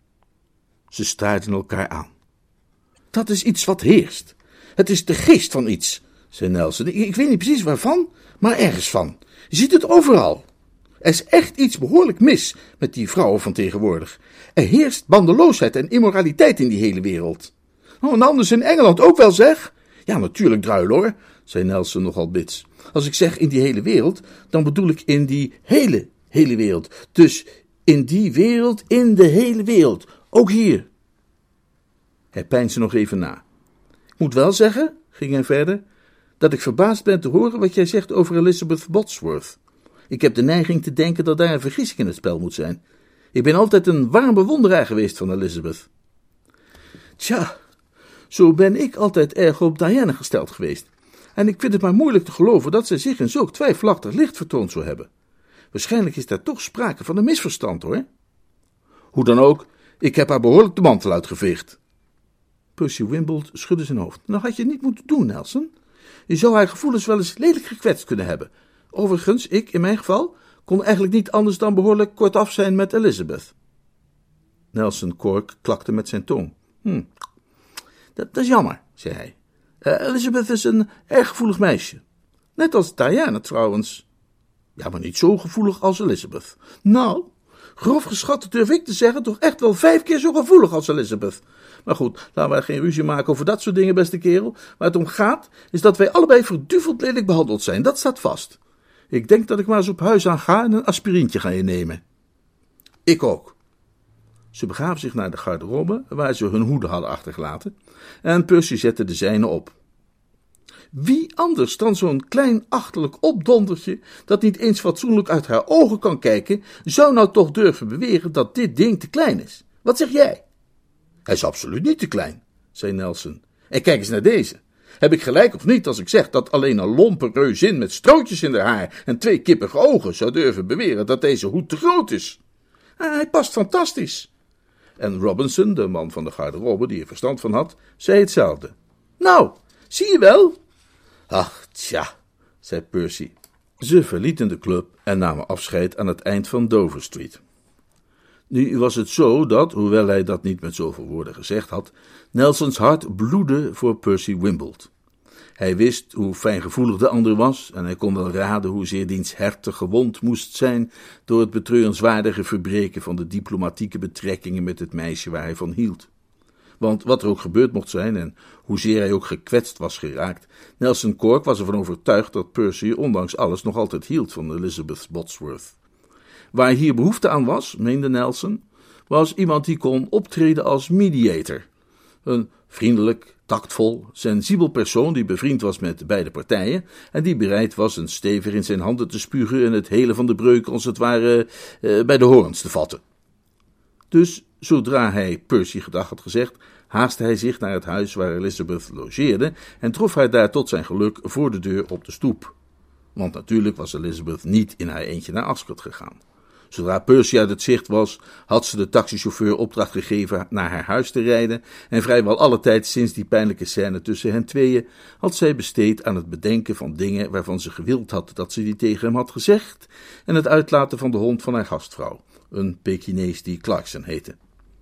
Ze staarden elkaar aan. Dat is iets wat heerst. Het is de geest van iets, zei Nelson. Ik, ik weet niet precies waarvan, maar ergens van. Je ziet het overal. Er is echt iets behoorlijk mis met die vrouwen van tegenwoordig. Er heerst bandeloosheid en immoraliteit in die hele wereld. Oh, en anders in Engeland ook wel, zeg. Ja, natuurlijk, druil hoor, zei Nelson nogal bits. Als ik zeg in die hele wereld, dan bedoel ik in die hele, hele wereld. Dus in die wereld, in de hele wereld. Ook hier. Hij peinsde nog even na. Ik moet wel zeggen, ging hij verder, dat ik verbaasd ben te horen wat jij zegt over Elizabeth Botsworth. Ik heb de neiging te denken dat daar een vergissing in het spel moet zijn. Ik ben altijd een warm bewonderaar geweest van Elizabeth. Tja, zo ben ik altijd erg op Diana gesteld geweest. En ik vind het maar moeilijk te geloven dat zij zich in zulk twijfelachtig licht vertoond zou hebben. Waarschijnlijk is daar toch sprake van een misverstand, hoor. Hoe dan ook, ik heb haar behoorlijk de mantel uitgeveegd. Percy Wimble schudde zijn hoofd. Nou had je niet moeten doen, Nelson. Je zou haar gevoelens wel eens lelijk gekwetst kunnen hebben. Overigens, ik, in mijn geval, kon eigenlijk niet anders dan behoorlijk kortaf zijn met Elizabeth. Nelson Cork klakte met zijn tong. Hm, dat, dat is jammer, zei hij. Uh, Elizabeth is een erg gevoelig meisje. Net als Diana trouwens. Ja, maar niet zo gevoelig als Elizabeth. Nou, grof geschat durf ik te zeggen, toch echt wel vijf keer zo gevoelig als Elizabeth. Maar goed, laten we geen ruzie maken over dat soort dingen, beste kerel. Waar het om gaat, is dat wij allebei verduveld lelijk behandeld zijn. Dat staat vast. Ik denk dat ik maar eens op huis aan ga en een aspirintje ga innemen. Ik ook. Ze begaven zich naar de garderobe, waar ze hun hoeden hadden achtergelaten, en Percy zette de zijne op. Wie anders dan zo'n klein achterlijk opdondertje, dat niet eens fatsoenlijk uit haar ogen kan kijken, zou nou toch durven beweren dat dit ding te klein is? Wat zeg jij? Hij is absoluut niet te klein, zei Nelson. En kijk eens naar deze. Heb ik gelijk of niet als ik zeg dat alleen een lompe reuzin met strootjes in haar haar en twee kippige ogen zou durven beweren dat deze hoed te groot is? Ah, hij past fantastisch. En Robinson, de man van de garderobe die er verstand van had, zei hetzelfde. Nou, zie je wel? Ach, tja, zei Percy. Ze verlieten de club en namen afscheid aan het eind van Dover Street. Nu was het zo dat, hoewel hij dat niet met zoveel woorden gezegd had, Nelsons hart bloedde voor Percy Wimble. Hij wist hoe fijngevoelig de ander was en hij kon wel raden hoezeer diens herte gewond moest zijn door het betreurenswaardige verbreken van de diplomatieke betrekkingen met het meisje waar hij van hield. Want wat er ook gebeurd mocht zijn en hoezeer hij ook gekwetst was geraakt, Nelson Cork was ervan overtuigd dat Percy ondanks alles nog altijd hield van Elizabeth Botsworth. Waar hier behoefte aan was, meende Nelson, was iemand die kon optreden als mediator. Een vriendelijk, tactvol, sensibel persoon die bevriend was met beide partijen en die bereid was een stever in zijn handen te spugen en het hele van de breuk als het ware eh, bij de horens te vatten. Dus, zodra hij Percy gedag had gezegd, haastte hij zich naar het huis waar Elizabeth logeerde en trof haar daar tot zijn geluk voor de deur op de stoep. Want natuurlijk was Elizabeth niet in haar eentje naar Ascot gegaan. Zodra Percy uit het zicht was, had ze de taxichauffeur opdracht gegeven naar haar huis te rijden en vrijwel alle tijd sinds die pijnlijke scène tussen hen tweeën had zij besteed aan het bedenken van dingen waarvan ze gewild had dat ze die tegen hem had gezegd en het uitlaten van de hond van haar gastvrouw, een Pekinees die Clarkson heette.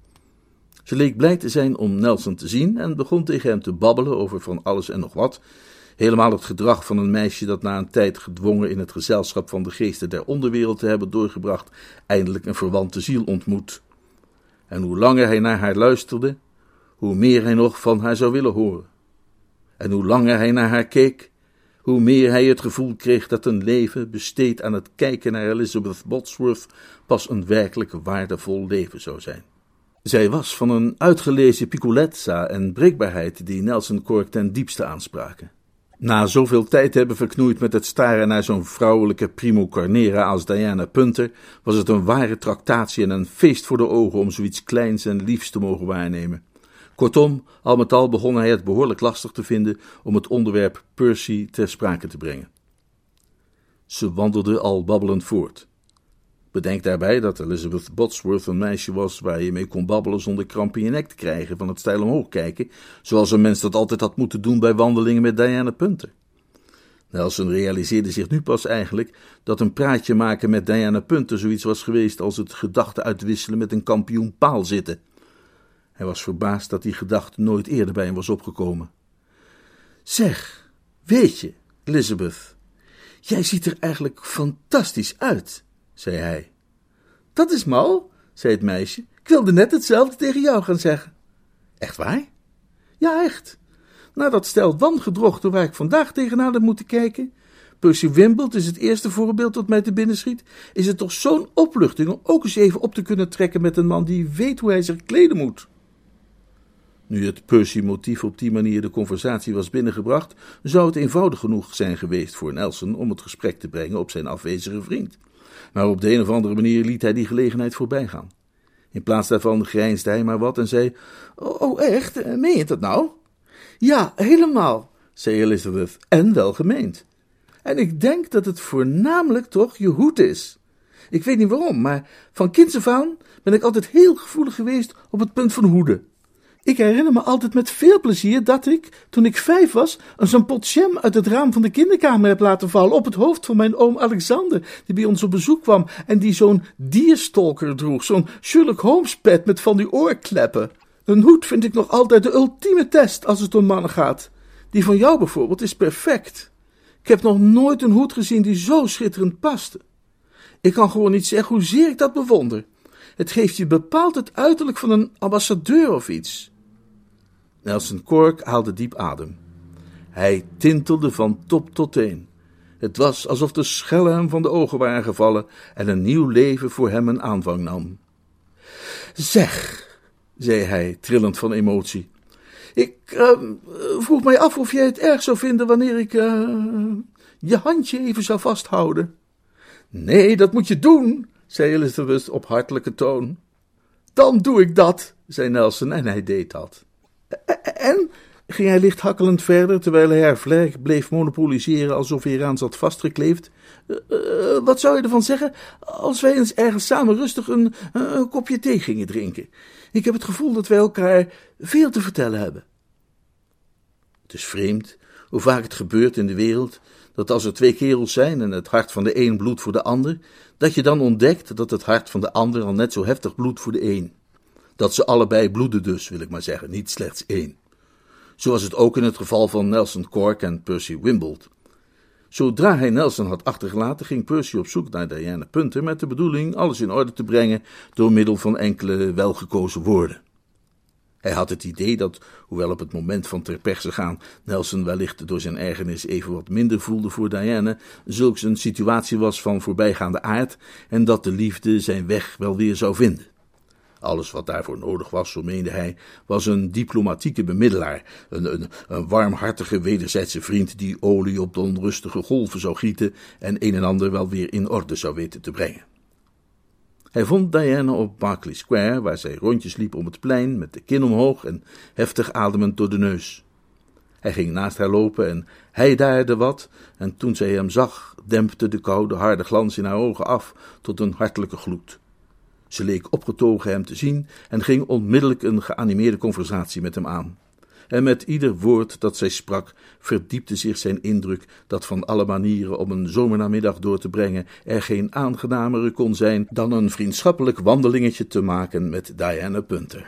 Ze leek blij te zijn om Nelson te zien en begon tegen hem te babbelen over van alles en nog wat, helemaal het gedrag van een meisje dat na een tijd gedwongen in het gezelschap van de geesten der onderwereld te hebben doorgebracht, eindelijk een verwante ziel ontmoet. En hoe langer hij naar haar luisterde, hoe meer hij nog van haar zou willen horen. En hoe langer hij naar haar keek, hoe meer hij het gevoel kreeg dat een leven besteed aan het kijken naar Elizabeth Botsworth pas een werkelijk waardevol leven zou zijn. Zij was van een uitgelezen piccolezza en breekbaarheid die Nelson Cork ten diepste aanspraken. Na zoveel tijd te hebben verknoeid met het staren naar zo'n vrouwelijke primo carnera als Diana Punter, was het een ware tractatie en een feest voor de ogen om zoiets kleins en liefs te mogen waarnemen. Kortom, al met al begon hij het behoorlijk lastig te vinden om het onderwerp Percy ter sprake te brengen. Ze wandelde al babbelend voort. Bedenk daarbij dat Elizabeth Botsworth een meisje was waar je mee kon babbelen zonder kramp in je nek te krijgen van het steil omhoog kijken, zoals een mens dat altijd had moeten doen bij wandelingen met Diana Punter. Nelson realiseerde zich nu pas eigenlijk dat een praatje maken met Diana Punter zoiets was geweest als het gedachten uitwisselen met een kampioen paalzitten. Hij was verbaasd dat die gedachte nooit eerder bij hem was opgekomen. Zeg, weet je, Elizabeth, jij ziet er eigenlijk fantastisch uit, zei hij. Dat is mal, zei het meisje. Ik wilde net hetzelfde tegen jou gaan zeggen. Echt waar? Ja, echt. Na dat stel wangedrochten waar ik vandaag tegenaan heb moeten kijken, Percy Wimble is het eerste voorbeeld dat mij te binnen schiet, is het toch zo'n opluchting om ook eens even op te kunnen trekken met een man die weet hoe hij zich kleden moet. Nu het Percy-motief op die manier de conversatie was binnengebracht, zou het eenvoudig genoeg zijn geweest voor Nelson om het gesprek te brengen op zijn afwezige vriend. Maar op de een of andere manier liet hij die gelegenheid voorbijgaan. In plaats daarvan grijnsde hij maar wat en zei, oh, oh echt, meen je dat nou? Ja, helemaal, zei Elizabeth, en wel gemeend. En ik denk dat het voornamelijk toch je hoed is. Ik weet niet waarom, maar van kinds af aan ben ik altijd heel gevoelig geweest op het punt van hoeden. Ik herinner me altijd met veel plezier dat ik, toen ik vijf was, een zo'n pot jam uit het raam van de kinderkamer heb laten vallen op het hoofd van mijn oom Alexander, die bij ons op bezoek kwam en die zo'n dierstalker droeg, zo'n Sherlock Holmes pet met van die oorkleppen. Een hoed vind ik nog altijd de ultieme test als het om mannen gaat. Die van jou bijvoorbeeld is perfect. Ik heb nog nooit een hoed gezien die zo schitterend paste. Ik kan gewoon niet zeggen hoezeer ik dat bewonder. Het geeft je bepaald het uiterlijk van een ambassadeur of iets. Nelson Cork haalde diep adem. Hij tintelde van top tot teen. Het was alsof de schellen hem van de ogen waren gevallen en een nieuw leven voor hem een aanvang nam. Zeg, zei hij, trillend van emotie, ik uh, vroeg mij af of jij het erg zou vinden wanneer ik uh, je handje even zou vasthouden. Nee, dat moet je doen, zei Elizabeth op hartelijke toon. Dan doe ik dat, zei Nelson en hij deed dat. En, ging hij licht hakkelend verder, terwijl hij haar vlerk bleef monopoliseren alsof hij eraan zat vastgekleefd. Uh, uh, wat zou je ervan zeggen als wij eens ergens samen rustig een, uh, een kopje thee gingen drinken? Ik heb het gevoel dat wij elkaar veel te vertellen hebben. Het is vreemd hoe vaak het gebeurt in de wereld, dat als er twee kerels zijn en het hart van de een bloedt voor de ander, dat je dan ontdekt dat het hart van de ander al net zo heftig bloedt voor de een. Dat ze allebei bloeden dus, wil ik maar zeggen, niet slechts één. Zo was het ook in het geval van Nelson Cork en Percy Wimbold. Zodra hij Nelson had achtergelaten, ging Percy op zoek naar Diana Punter met de bedoeling alles in orde te brengen door middel van enkele welgekozen woorden. Hij had het idee dat, hoewel op het moment van ter perse gaan Nelson wellicht door zijn ergernis even wat minder voelde voor Diana, zulks een situatie was van voorbijgaande aard en dat de liefde zijn weg wel weer zou vinden. Alles wat daarvoor nodig was, zo meende hij, was een diplomatieke bemiddelaar, een, een, een warmhartige wederzijdse vriend die olie op de onrustige golven zou gieten en een en ander wel weer in orde zou weten te brengen. Hij vond Diana op Berkeley Square, waar zij rondjes liep om het plein, met de kin omhoog en heftig ademend door de neus. Hij ging naast haar lopen en heidaarde wat, en toen zij hem zag, dempte de koude, harde glans in haar ogen af tot een hartelijke gloed. Ze leek opgetogen hem te zien en ging onmiddellijk een geanimeerde conversatie met hem aan. En met ieder woord dat zij sprak, verdiepte zich zijn indruk dat van alle manieren om een zomernamiddag door te brengen er geen aangenamere kon zijn dan een vriendschappelijk wandelingetje te maken met Diana Punter.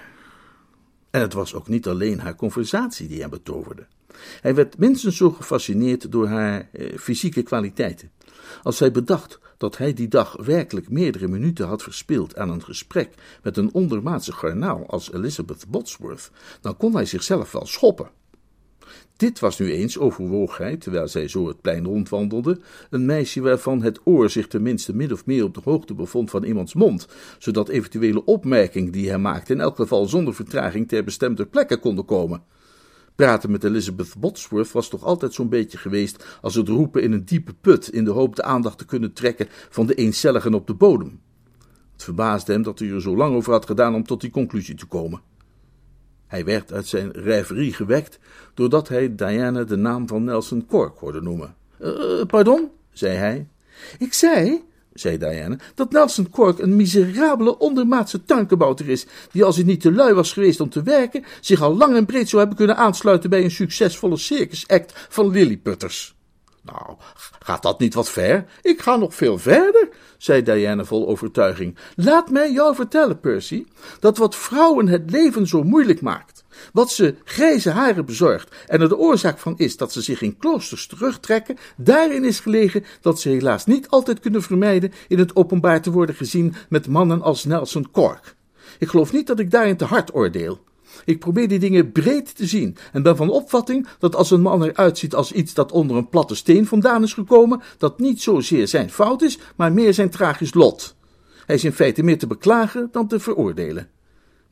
En het was ook niet alleen haar conversatie die hem betoverde. Hij werd minstens zo gefascineerd door haar eh, fysieke kwaliteiten. Als hij bedacht dat hij die dag werkelijk meerdere minuten had verspild aan een gesprek met een ondermaatse garnaal als Elizabeth Botsworth, dan kon hij zichzelf wel schoppen. Dit was nu eens, overwoog hij, terwijl zij zo het plein rondwandelde, een meisje waarvan het oor zich tenminste min of meer op de hoogte bevond van iemands mond, zodat eventuele opmerkingen die hij maakte in elk geval zonder vertraging ter bestemde plekke konden komen. Praten met Elizabeth Botsworth was toch altijd zo'n beetje geweest als het roepen in een diepe put in de hoop de aandacht te kunnen trekken van de eencelligen op de bodem. Het verbaasde hem dat hij er zo lang over had gedaan om tot die conclusie te komen. Hij werd uit zijn rêverie gewekt doordat hij Diana de naam van Nelson Cork hoorde noemen. Uh, pardon, zei hij. Ik zei, zei Diana, dat Nelson Cork een miserabele ondermaatse tuinkabouter is, die als hij niet te lui was geweest om te werken, zich al lang en breed zou hebben kunnen aansluiten bij een succesvolle circusact van lilliputters. Nou, gaat dat niet wat ver? Ik ga nog veel verder, zei Diana vol overtuiging. Laat mij jou vertellen, Percy, dat wat vrouwen het leven zo moeilijk maakt, wat ze grijze haren bezorgt en er de oorzaak van is dat ze zich in kloosters terugtrekken, daarin is gelegen dat ze helaas niet altijd kunnen vermijden in het openbaar te worden gezien met mannen als Nelson Cork. Ik geloof niet dat ik daarin te hard oordeel. Ik probeer die dingen breed te zien en ben van opvatting dat als een man eruit ziet als iets dat onder een platte steen vandaan is gekomen, dat niet zozeer zijn fout is, maar meer zijn tragisch lot. Hij is in feite meer te beklagen dan te veroordelen.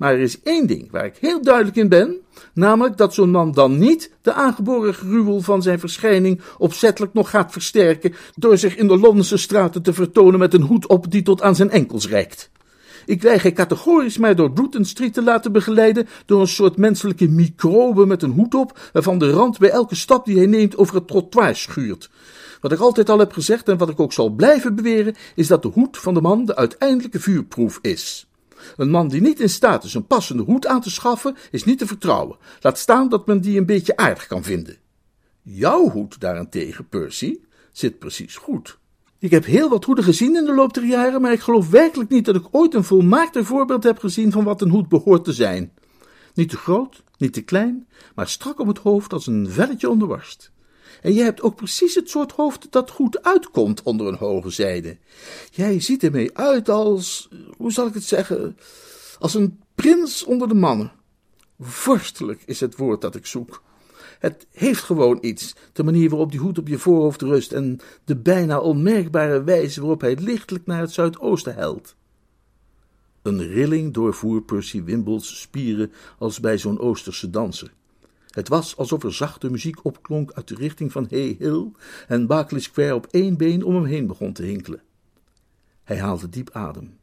Maar er is één ding waar ik heel duidelijk in ben, namelijk dat zo'n man dan niet de aangeboren gruwel van zijn verschijning opzettelijk nog gaat versterken door zich in de Londense straten te vertonen met een hoed op die tot aan zijn enkels reikt. Ik weiger categorisch mij door Bruton Street te laten begeleiden door een soort menselijke microbe met een hoed op, waarvan de rand bij elke stap die hij neemt over het trottoir schuurt. Wat ik altijd al heb gezegd en wat ik ook zal blijven beweren, is dat de hoed van de man de uiteindelijke vuurproef is. Een man die niet in staat is een passende hoed aan te schaffen, is niet te vertrouwen. Laat staan dat men die een beetje aardig kan vinden. Jouw hoed daarentegen, Percy, zit precies goed. Ik heb heel wat hoeden gezien in de loop der jaren, maar ik geloof werkelijk niet dat ik ooit een volmaakter voorbeeld heb gezien van wat een hoed behoort te zijn. Niet te groot, niet te klein, maar strak op het hoofd als een velletje onder worst. En jij hebt ook precies het soort hoofd dat goed uitkomt onder een hoge zijde. Jij ziet ermee uit als, hoe zal ik het zeggen, als een prins onder de mannen. Vorstelijk is het woord dat ik zoek. Het heeft gewoon iets, de manier waarop die hoed op je voorhoofd rust en de bijna onmerkbare wijze waarop hij lichtelijk naar het zuidoosten helt. Een rilling doorvoer Percy Wimble's spieren als bij zo'n Oosterse danser. Het was alsof er zachte muziek opklonk uit de richting van Hay Hill en Berkeley Square op één been om hem heen begon te hinkelen. Hij haalde diep adem.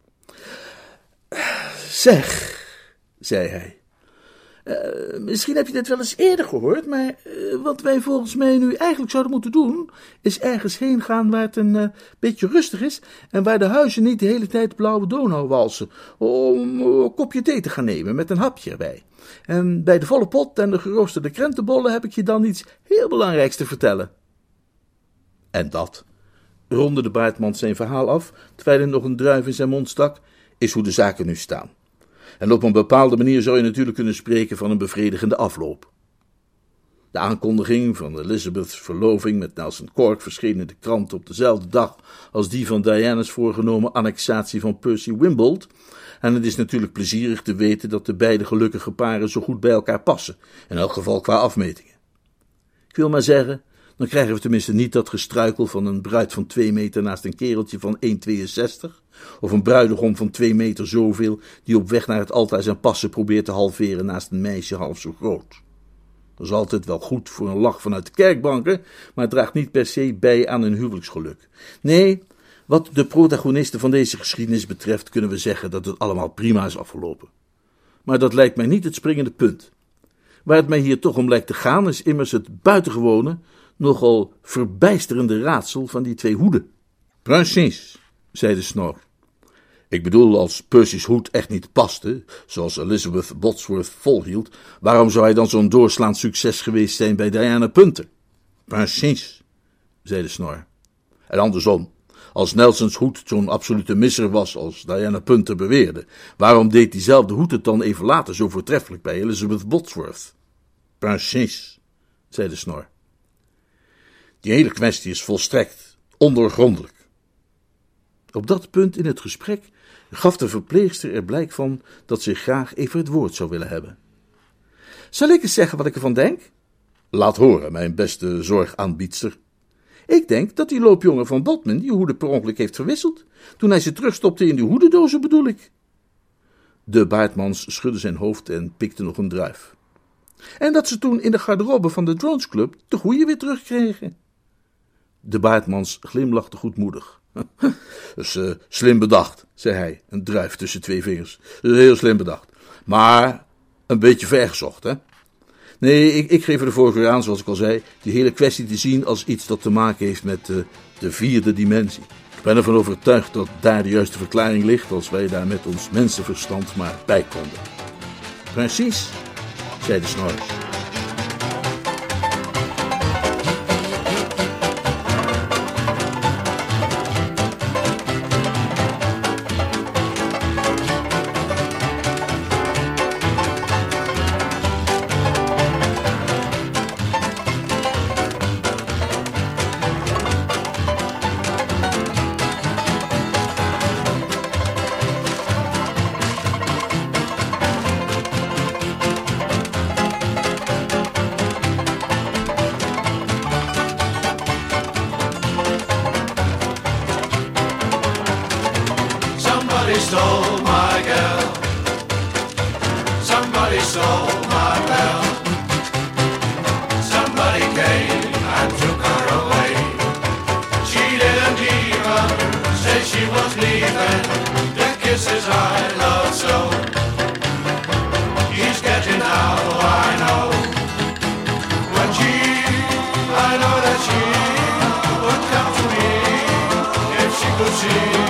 Zeg, zei hij, uh, misschien heb je dit wel eens eerder gehoord, maar uh, wat wij volgens mij nu eigenlijk zouden moeten doen, is ergens heen gaan waar het een uh, beetje rustig is en waar de huizen niet de hele tijd blauwe Donau walsen, om uh, een kopje thee te gaan nemen met een hapje erbij. En bij de volle pot en de geroosterde krentenbollen heb ik je dan iets heel belangrijks te vertellen. En dat, ronde de baardman zijn verhaal af, terwijl hij nog een druif in zijn mond stak, is hoe de zaken nu staan. En op een bepaalde manier zou je natuurlijk kunnen spreken van een bevredigende afloop. De aankondiging van Elizabeth's verloving met Nelson Cork verscheen in de krant op dezelfde dag als die van Diana's voorgenomen annexatie van Percy Wimble. En het is natuurlijk plezierig te weten dat de beide gelukkige paren zo goed bij elkaar passen, in elk geval qua afmetingen. Ik wil maar zeggen, dan krijgen we tenminste niet dat gestruikel van een bruid van twee meter naast een kereltje van één komma tweeënzestig, of een bruidegom van twee meter zoveel, die op weg naar het altaar zijn passen probeert te halveren naast een meisje half zo groot. Dat is altijd wel goed voor een lach vanuit de kerkbanken, maar het draagt niet per se bij aan hun huwelijksgeluk. Nee, wat de protagonisten van deze geschiedenis betreft kunnen we zeggen dat het allemaal prima is afgelopen. Maar dat lijkt mij niet het springende punt. Waar het mij hier toch om lijkt te gaan is immers het buitengewone, nogal verbijsterende raadsel van die twee hoeden. Precies, zei de snor. Ik bedoel, als Percy's hoed echt niet paste, zoals Elizabeth Botsworth volhield, waarom zou hij dan zo'n doorslaand succes geweest zijn bij Diana Punter? Precies, zei de snor. En andersom, als Nelsons hoed zo'n absolute misser was als Diana Punter beweerde, waarom deed diezelfde hoed het dan even later zo voortreffelijk bij Elizabeth Botsworth? Precies, zei de snor. Die hele kwestie is volstrekt ondoorgrondelijk. Op dat punt in het gesprek gaf de verpleegster er blijk van dat ze graag even het woord zou willen hebben. Zal ik eens zeggen wat ik ervan denk? Laat horen, mijn beste zorgaanbiedster. Ik denk dat die loopjongen van Bodmin die hoeden per ongeluk heeft verwisseld, toen hij ze terugstopte in die hoedendozen, bedoel ik. De baardmans schudde zijn hoofd en pikte nog een druif. En dat ze toen in de garderobe van de Drones Club de goeie weer terugkregen. De baardmans glimlachte goedmoedig. Dus uh, slim bedacht, zei hij, een druif tussen twee vingers. Dus heel slim bedacht. Maar een beetje vergezocht, hè? Nee, ik, ik geef er de voorkeur aan, zoals ik al zei, die hele kwestie te zien als iets dat te maken heeft met uh, de vierde dimensie. Ik ben ervan overtuigd dat daar de juiste verklaring ligt, als wij daar met ons mensenverstand maar bij konden. Precies, zei de Snorris. Stole my girl. Somebody stole my bell. Somebody came and took her away. She didn't even say she was leaving. The kisses I love so. He's getting now, I know. When she, I know that she would come to me if she could see.